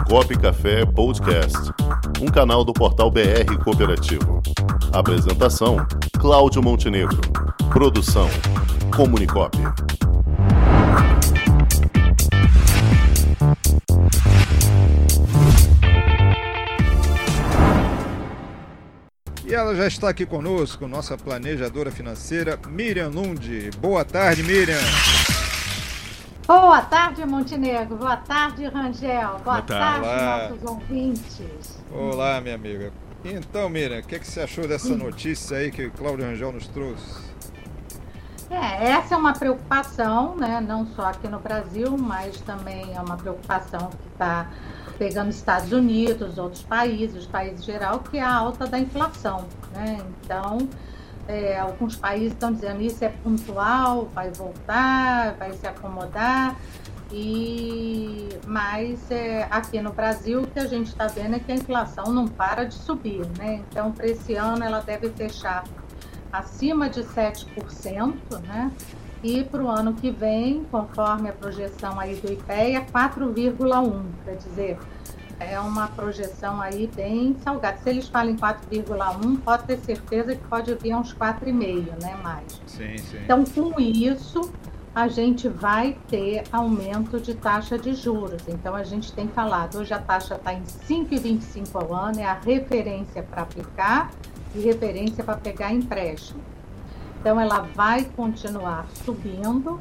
Comunicop Café Podcast, um canal do portal BR Cooperativo. Apresentação, Cláudio Montenegro. Produção, Comunicop. E ela já está aqui conosco, nossa planejadora financeira, Miriam Lund. Boa tarde, Miriam. Boa tarde, Montenegro. Boa tarde, Rangel. Boa tarde, Olá. nossos ouvintes. Olá, minha amiga. Então, Miriam, o que você achou dessa notícia aí que Cláudio Rangel nos trouxe? Essa é uma preocupação, né? Não só aqui no Brasil, mas também é uma preocupação que está pegando Estados Unidos, outros países, países geral, que é a alta da inflação, né? Então, alguns países estão dizendo isso é pontual, vai voltar, vai se acomodar, mas aqui no Brasil o que a gente está vendo é que a inflação não para de subir, né? Então, para esse ano ela deve fechar acima de 7%, né? E para o ano que vem, conforme a projeção aí do IPEA, 4,1%, quer dizer, é uma projeção aí bem salgada. Se eles falam em 4,1%, pode ter certeza que pode vir a uns 4,5%, né, mais. Sim. Então, com isso, a gente vai ter aumento de taxa de juros. Então, a gente tem falado, hoje a taxa está em 5,25% ao ano, é a referência para aplicar e referência para pegar empréstimo. Então, ela vai continuar subindo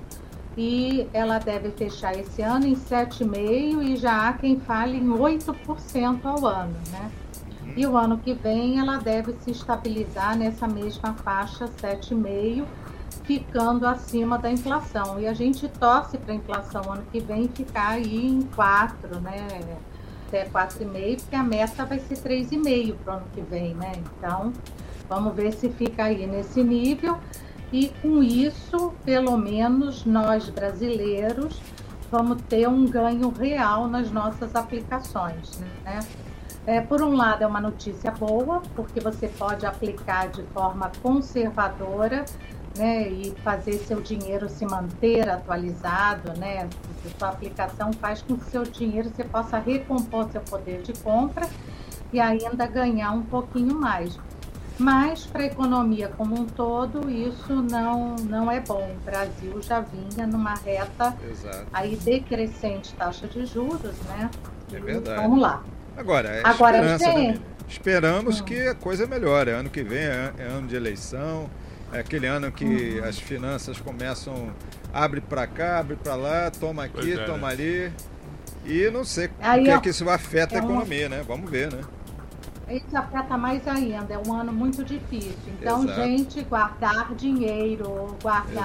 e ela deve fechar esse ano em 7,5% e já há quem fale em 8% ao ano, né? E o ano que vem ela deve se estabilizar nessa mesma faixa, 7,5%, ficando acima da inflação. E a gente torce para a inflação ano que vem ficar aí em 4%, né? Até 4,5%, porque a meta vai ser 3,5% para o ano que vem, né? Então, vamos ver se fica aí nesse nível e com isso, pelo menos nós brasileiros, vamos ter um ganho real nas nossas aplicações, né? Por um lado é uma notícia boa, porque você pode aplicar de forma conservadora, né, e fazer seu dinheiro se manter atualizado, né? A sua aplicação faz com que seu dinheiro você possa recompor seu poder de compra e ainda ganhar um pouquinho mais. Mas para a economia como um todo, isso não é bom. O Brasil já vinha numa reta aí decrescente taxa de juros, né? É verdade. Vamos lá. Agora esperança, né? Esperamos que a coisa melhore. Ano que vem é ano de eleição, é aquele ano que as finanças começam, abre para cá, abre para lá, toma aqui, toma ali. E não sei o que isso afeta a economia, né? Vamos ver, né? Isso afeta mais ainda, é um ano muito difícil. Então, gente, guardar dinheiro,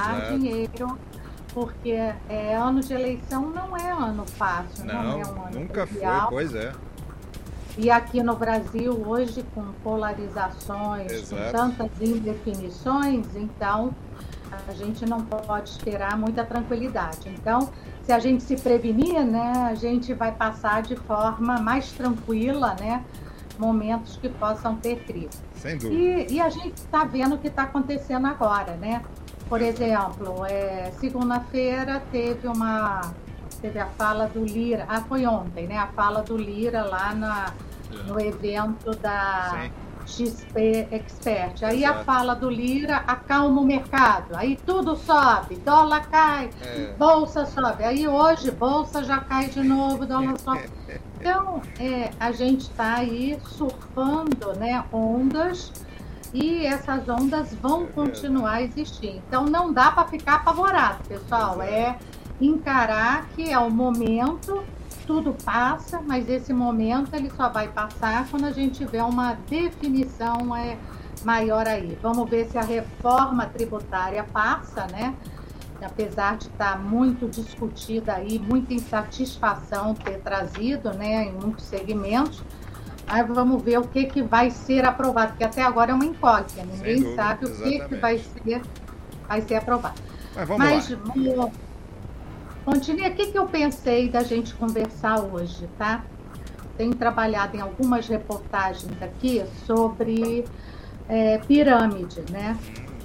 porque ano de eleição não é ano fácil, não é um ano nunca trivial. Foi, pois é. E aqui no Brasil, hoje, com polarizações, com tantas indefinições, então a gente não pode esperar muita tranquilidade. Então, se a gente se prevenir, né, a gente vai passar de forma mais tranquila, né, momentos que possam ter crise. Sem dúvida. E a gente está vendo o que está acontecendo agora, né? Por exemplo, segunda-feira teve a fala do Lira, foi ontem, né? A fala do Lira lá no evento da XP Expert. Aí a fala do Lira acalma o mercado, aí tudo sobe, dólar cai, bolsa sobe. Aí hoje bolsa já cai de novo, dólar sobe. Então, a gente está aí surfando, né, ondas, e essas ondas vão continuar a existir. Então, não dá para ficar apavorado, pessoal. Encarar que é o momento, tudo passa, mas esse momento ele só vai passar quando a gente tiver uma definição maior aí. Vamos ver se a reforma tributária passa, né? Apesar de estar muito discutida aí, muita insatisfação ter trazido, né, em muitos segmentos. Aí vamos ver o que vai ser aprovado, porque até agora é uma incógnita, ninguém sabe o que vai ser aprovado. Mas vamos lá. Continue, o que eu pensei da gente conversar hoje, tá? Tenho trabalhado em algumas reportagens aqui sobre pirâmide, né?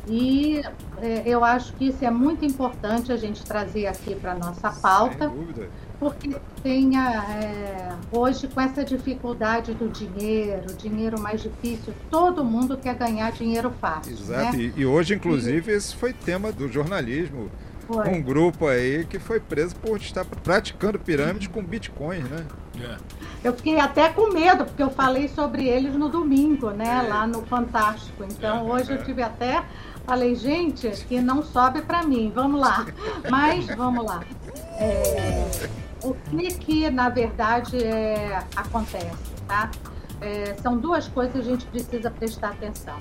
E eu acho que isso é muito importante a gente trazer aqui para a nossa pauta. Sem dúvida. Porque hoje, com essa dificuldade do dinheiro mais difícil, todo mundo quer ganhar dinheiro fácil. Exato, né? E hoje, inclusive, esse foi tema do jornalismo. Foi. Um grupo aí que foi preso por estar praticando pirâmide com bitcoins, né? Eu fiquei até com medo, porque eu falei sobre eles no domingo, né? Lá no Fantástico. Então, hoje eu tive até... Falei, gente, que não sobe para mim. Vamos lá. Mas, vamos lá. O que na verdade acontece, tá? São duas coisas que a gente precisa prestar atenção.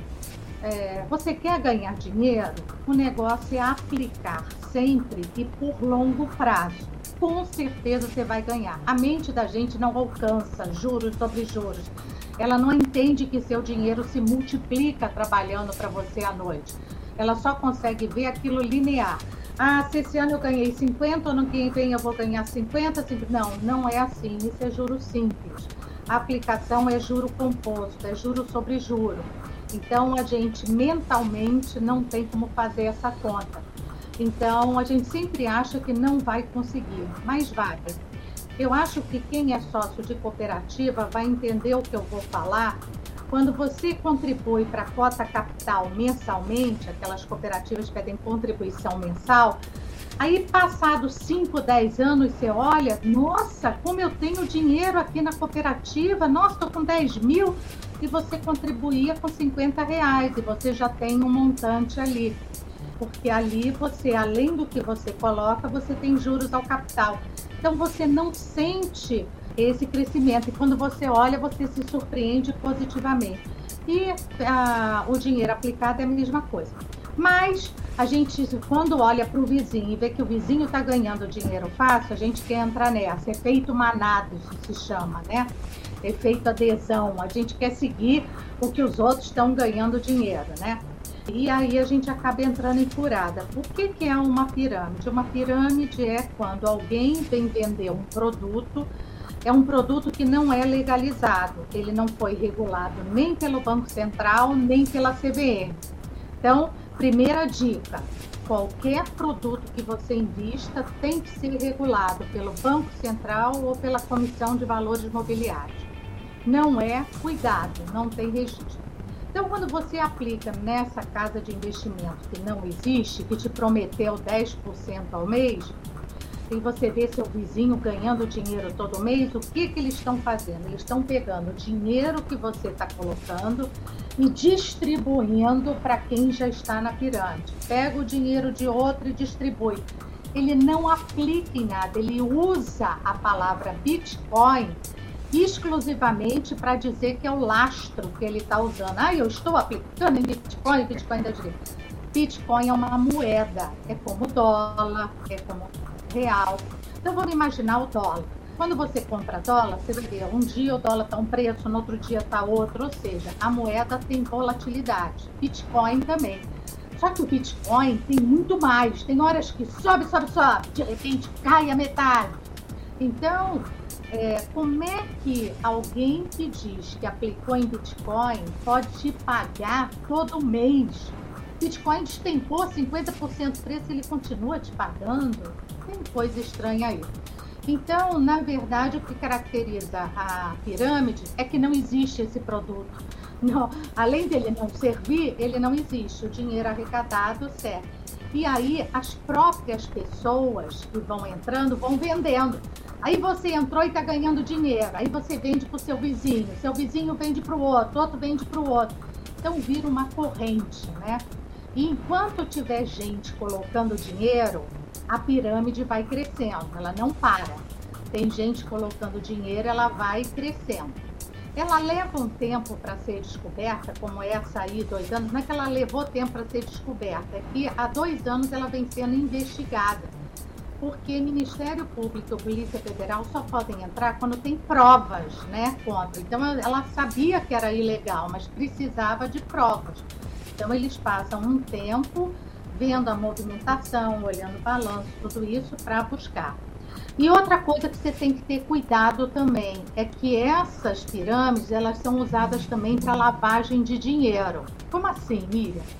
Você quer ganhar dinheiro? O negócio é aplicar sempre e por longo prazo. Com certeza você vai ganhar. A mente da gente não alcança juros sobre juros. Ela não entende que seu dinheiro se multiplica trabalhando para você à noite. Ela só consegue ver aquilo linear. Se esse ano eu ganhei 50, ano que vem eu vou ganhar 50. Não é assim. Isso é juro simples. A aplicação é juro composto, é juro sobre juro. Então, a gente mentalmente não tem como fazer essa conta. Então, a gente sempre acha que não vai conseguir, mas vai. Eu acho que quem é sócio de cooperativa vai entender o que eu vou falar. Quando você contribui para a cota capital mensalmente, aquelas cooperativas pedem contribuição mensal, aí passados 5, 10 anos, você olha, nossa, como eu tenho dinheiro aqui na cooperativa, nossa, estou com 10 mil, e você contribuía com R$50, e você já tem um montante ali. Porque ali você, além do que você coloca, você tem juros ao capital. Então você não sente esse crescimento, e quando você olha, você se surpreende positivamente. E o dinheiro aplicado é a mesma coisa. Mas a gente, quando olha para o vizinho e vê que o vizinho está ganhando dinheiro fácil, a gente quer entrar nessa. Efeito manada, isso se chama, né? Efeito adesão. A gente quer seguir o que os outros estão ganhando dinheiro, né? E aí a gente acaba entrando em furada. O que é uma pirâmide? Uma pirâmide é quando alguém vem vender um produto. É um produto que não é legalizado, ele não foi regulado nem pelo Banco Central, nem pela CVM. Então, primeira dica, qualquer produto que você invista tem que ser regulado pelo Banco Central ou pela Comissão de Valores Mobiliários. Não é, cuidado, não tem registro. Então, quando você aplica nessa casa de investimento que não existe, que te prometeu 10% ao mês, e você vê seu vizinho ganhando dinheiro todo mês, o que eles estão fazendo? Eles estão pegando o dinheiro que você está colocando e distribuindo para quem já está na pirâmide. Pega o dinheiro de outro e distribui. Ele não aplica em nada, ele usa a palavra Bitcoin exclusivamente para dizer que é o lastro que ele está usando. Eu estou aplicando em Bitcoin, Bitcoin da direita. Bitcoin é uma moeda, é como dólar, é como real. Então vamos imaginar o dólar. Quando você compra dólar, você vai ver, um dia o dólar está um preço, no outro dia está outro, ou seja, a moeda tem volatilidade. Bitcoin também. Só que o Bitcoin tem muito mais. Tem horas que sobe, de repente cai a metade. Então, como é que alguém que diz que aplicou em Bitcoin pode te pagar todo mês? Bitcoin despencou 50% do preço, ele continua te pagando? Tem coisa estranha aí. Então, na verdade, o que caracteriza a pirâmide é que não existe esse produto. Não, além dele não servir, ele não existe. O dinheiro arrecadado serve. E aí, as próprias pessoas que vão entrando, vão vendendo. Aí você entrou e está ganhando dinheiro. Aí você vende para o seu vizinho vende para o outro vende para o outro. Então, vira uma corrente, né? E enquanto tiver gente colocando dinheiro, a pirâmide vai crescendo, ela não para. Tem gente colocando dinheiro, ela vai crescendo. Ela leva um tempo para ser descoberta, como essa aí, 2 anos. Não é que ela levou tempo para ser descoberta, é que há 2 anos ela vem sendo investigada. Porque Ministério Público e Polícia Federal só podem entrar quando tem provas, né, contra. Então ela sabia que era ilegal, mas precisava de provas. Então, eles passam um tempo vendo a movimentação, olhando o balanço, tudo isso para buscar. E outra coisa que você tem que ter cuidado também é que essas pirâmides, elas são usadas também para lavagem de dinheiro. Como assim, Miriam?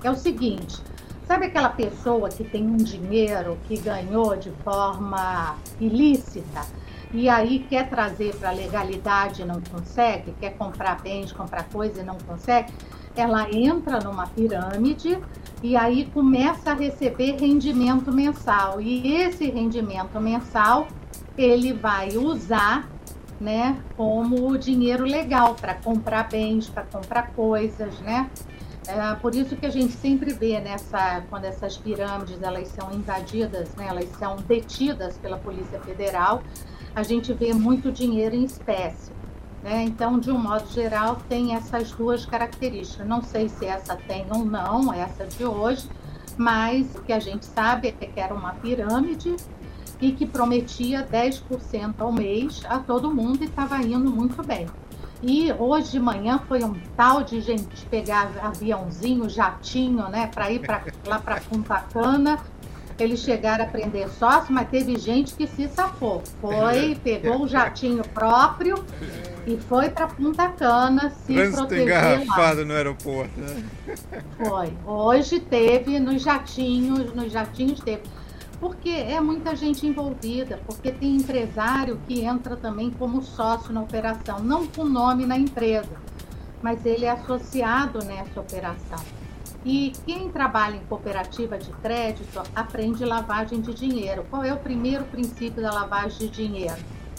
é o seguinte, sabe aquela pessoa que tem um dinheiro que ganhou de forma ilícita e aí quer trazer para a legalidade e não consegue, quer comprar bens, comprar coisa e não consegue? Ela entra numa pirâmide e aí começa a receber rendimento mensal. E esse rendimento mensal ele vai usar, né, como dinheiro legal para comprar bens, para comprar coisas, né? Por isso que a gente sempre vê quando essas pirâmides elas são invadidas, né, elas são detidas pela Polícia Federal, a gente vê muito dinheiro em espécie, né? Então, de um modo geral, tem essas duas características. Não sei se essa tem ou não, essa de hoje, mas o que a gente sabe é que era uma pirâmide e que prometia 10% ao mês a todo mundo e estava indo muito bem. E hoje de manhã foi um tal de gente pegar aviãozinho, jatinho, né, para ir lá para Punta Cana. Eles chegaram a prender sócio, mas teve gente que se safou. Pegou um jatinho próprio e foi para Punta Cana se proteger engarrafado lá no aeroporto, né? Foi. Hoje teve nos jatinhos teve. Porque é muita gente envolvida, porque tem empresário que entra também como sócio na operação, não com nome na empresa, mas ele é associado nessa operação. E quem trabalha em cooperativa de crédito aprende lavagem de dinheiro. Qual é o primeiro princípio da lavagem de dinheiro?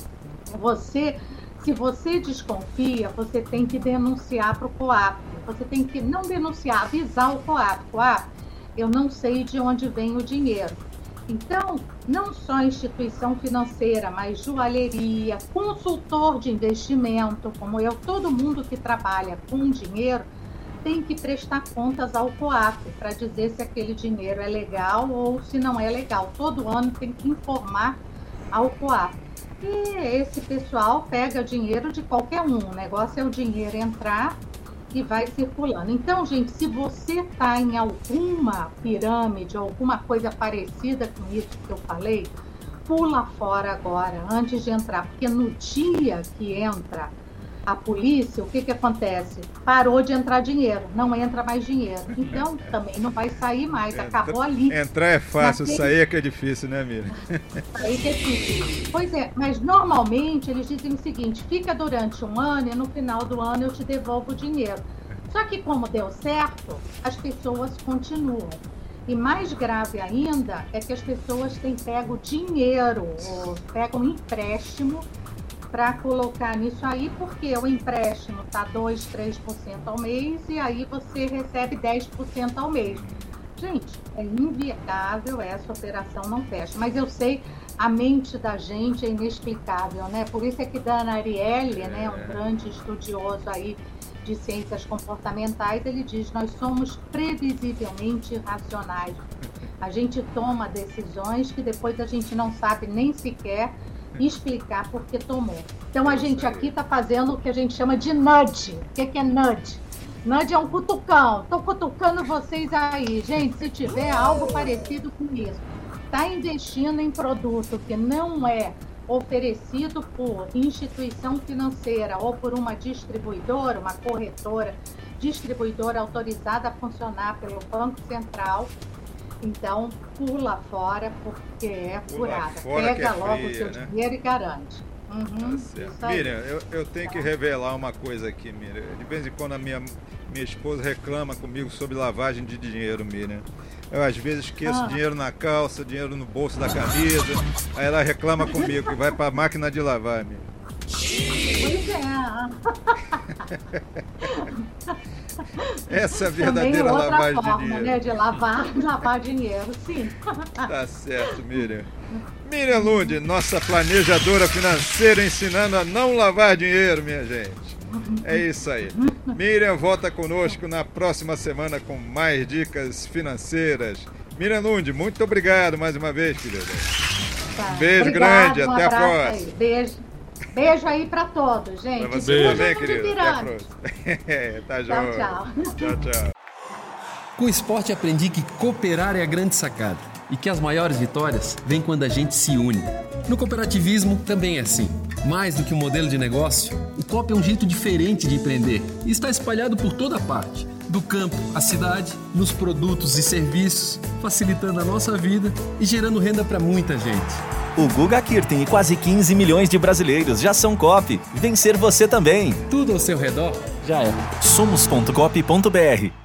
Se você desconfia, você tem que denunciar para o COAF. Você tem que não denunciar, avisar o COAF. COAF, eu não sei de onde vem o dinheiro. Então, não só instituição financeira, mas joalheria, consultor de investimento, como eu, todo mundo que trabalha com dinheiro, tem que prestar contas ao COAF para dizer se aquele dinheiro é legal ou se não é legal. Todo ano tem que informar ao COAF. E esse pessoal pega dinheiro de qualquer um. O negócio é o dinheiro entrar e vai circulando. Então, gente, se você está em alguma pirâmide ou alguma coisa parecida com isso que eu falei, pula fora agora, antes de entrar. Porque no dia que entra a polícia, o que acontece? Parou de entrar dinheiro, não entra mais dinheiro. Então, também não vai sair mais, acabou ali. Entrar é fácil, sair é que é difícil, né, Miriam? Sair que é difícil. Pois é, mas normalmente eles dizem o seguinte, fica durante um ano e no final do ano eu te devolvo o dinheiro. Só que como deu certo, as pessoas continuam. E mais grave ainda é que as pessoas têm pego dinheiro, ou pegam empréstimo para colocar nisso aí, porque o empréstimo está 2%, 3% ao mês e aí você recebe 10% ao mês. Gente, é inviável, essa operação não fecha. Mas eu sei, a mente da gente é inexplicável, né? Por isso é que Dana Ariely, né, um grande estudioso aí de ciências comportamentais, ele diz, nós somos previsivelmente irracionais. A gente toma decisões que depois a gente não sabe nem sequer explicar por que tomou. Então a gente aqui está fazendo o que a gente chama de nudge. O que é nudge? Nudge é um cutucão. Estou cutucando vocês aí. Gente, se tiver algo parecido com isso, está investindo em produto que não é oferecido por instituição financeira ou por uma distribuidora, uma corretora, distribuidora autorizada a funcionar pelo Banco Central, então pula fora porque é furada. Pega logo o seu dinheiro e garante. Tá, Miriam, eu tenho que revelar uma coisa aqui, Miriam. De vez em quando a minha esposa reclama comigo sobre lavagem de dinheiro, Miriam. Eu às vezes esqueço dinheiro na calça, dinheiro no bolso da camisa. Aí ela reclama comigo que vai para a máquina de lavar, Miriam. Pois é. Essa é a verdadeira lavagem de dinheiro. Né, de lavar dinheiro, sim. Tá certo, Miriam. Miriam Lund, nossa planejadora financeira, ensinando a não lavar dinheiro, minha gente. É isso aí. Miriam volta conosco na próxima semana com mais dicas financeiras. Miriam Lund, muito obrigado mais uma vez, querida. Tá. Beijo grande, até a próxima. Beijo aí pra todos, gente. Pra você também, querido. Até a próxima. Tá joia. Tchau. Com o esporte aprendi que cooperar é a grande sacada e que as maiores vitórias vêm quando a gente se une. No cooperativismo também é assim. Mais do que um modelo de negócio, o COP é um jeito diferente de empreender e está espalhado por toda parte. Do campo à cidade, nos produtos e serviços, facilitando a nossa vida e gerando renda para muita gente. O Guga Kirten e quase 15 milhões de brasileiros já são Coop. Vencer você também. Tudo ao seu redor já é. Somos.coop.br